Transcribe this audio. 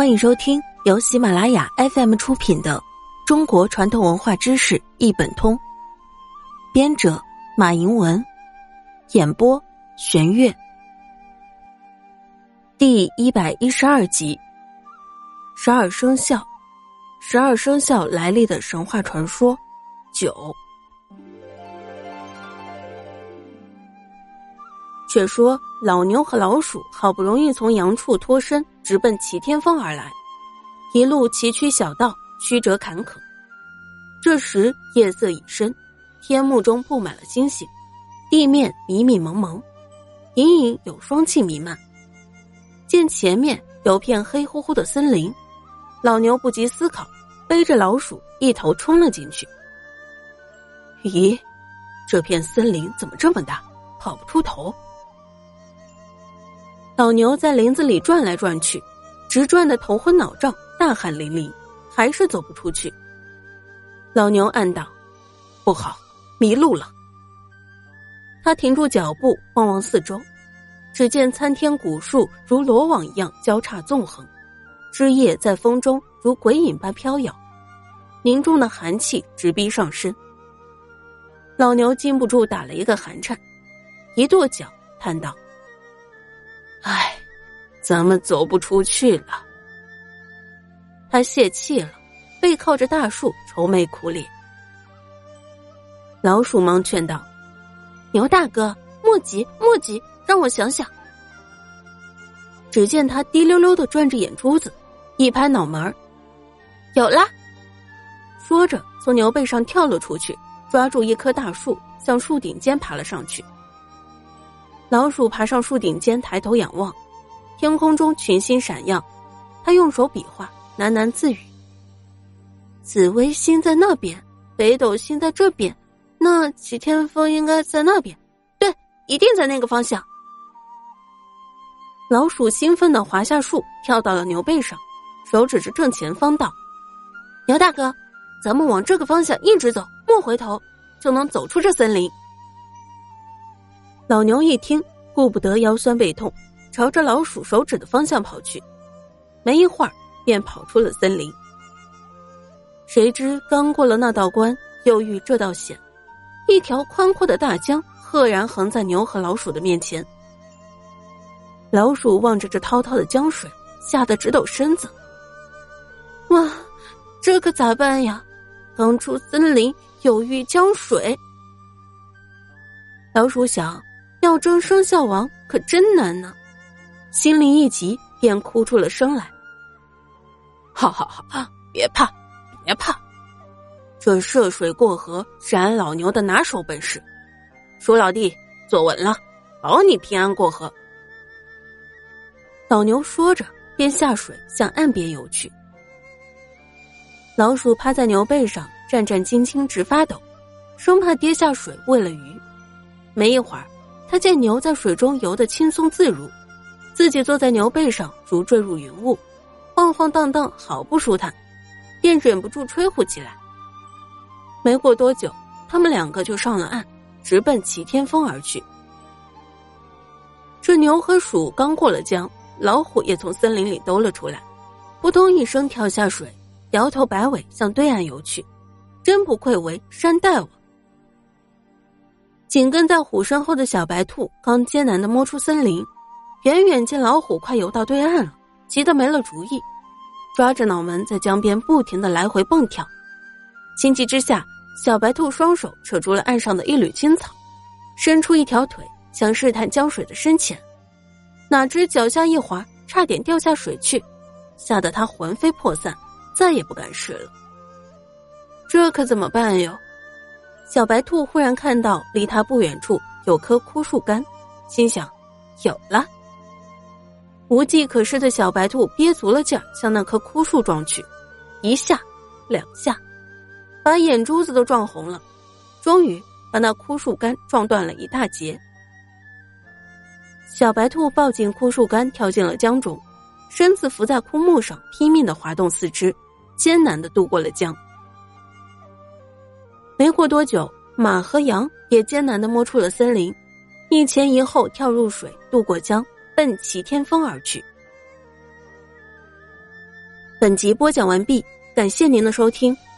欢迎收听由喜马拉雅 FM 出品的《中国传统文化知识一本通》，编者马迎文，演播玄月。第112集，12生肖，12生肖来历的神话传说9。却说老牛和老鼠好不容易从阳处脱身，直奔齐天峰而来，一路崎岖小道，曲折坎坷。这时夜色已深，天幕中布满了星星，地面迷迷蒙蒙，隐隐有霜气弥漫。见前面有片黑乎乎的森林，老牛不及思考，背着老鼠一头冲了进去。咦，这片森林怎么这么大，跑不出头？老牛在林子里转来转去，直转得头昏脑胀，大汗淋漓，还是走不出去。老牛暗道：不好，迷路了。他停住脚步，望望四周，只见参天古树如罗网一样交叉纵横，枝叶在风中如鬼影般飘摇，凝重的寒气直逼上身。老牛禁不住打了一个寒颤，一跺脚叹道：唉，咱们走不出去了。他泄气了，背靠着大树，愁眉苦脸。老鼠忙劝道：牛大哥，莫急莫急，让我想想。只见他滴溜溜地转着眼珠子，一拍脑门，有啦！说着从牛背上跳了出去，抓住一棵大树，向树顶尖爬了上去。老鼠爬上树顶尖，抬头仰望，天空中群星闪耀，他用手比划，喃喃自语：紫微星在那边，北斗星在这边，那齐天峰应该在那边，对，一定在那个方向。老鼠兴奋地滑下树，跳到了牛背上，手指着正前方道：牛大哥，咱们往这个方向一直走，莫回头，就能走出这森林。老牛一听，顾不得腰酸背痛，朝着老鼠手指的方向跑去，没一会儿便跑出了森林。谁知刚过了那道关，又遇这道险，一条宽阔的大江赫然横在牛和老鼠的面前。老鼠望着这滔滔的江水，吓得直抖身子。哇，这可咋办呀？刚出森林，又遇江水。老鼠想，要争生肖王可真难呢，心里一急，便哭出了声来。哈哈哈，别怕别怕，这涉水过河是俺老牛的拿手本事，鼠老弟坐稳了，保你平安过河。老牛说着便下水向岸边游去。老鼠趴在牛背上，战战兢兢直发抖，生怕跌下水喂了鱼。没一会儿，他见牛在水中游得轻松自如，自己坐在牛背上如坠入云雾，晃晃荡荡，好不舒坦，便忍不住吹呼起来。没过多久，他们两个就上了岸，直奔齐天峰而去。这牛和鼠刚过了江，老虎也从森林里兜了出来，扑通一声跳下水，摇头摆尾向对岸游去，真不愧为山大王。紧跟在虎身后的小白兔刚艰难地摸出森林，远远见老虎快游到对岸了，急得没了主意，抓着脑门在江边不停地来回蹦跳。情急之下，小白兔双手扯住了岸上的一缕青草，伸出一条腿想试探江水的深浅，哪知脚下一滑，差点掉下水去，吓得他魂飞魄散，再也不敢试了。这可怎么办哟？小白兔忽然看到离他不远处有棵枯树干，心想有了。无计可施的小白兔憋足了劲儿向那棵枯树撞去，一下两下，把眼珠子都撞红了，终于把那枯树干撞断了一大截。小白兔抱紧枯树干跳进了江中，身子伏在枯木上，拼命地滑动四肢，艰难地渡过了江。没过多久，马和羊也艰难地摸出了森林，一前一后跳入水，渡过江，奔齐天峰而去。 本集播讲完毕，感谢您的收听。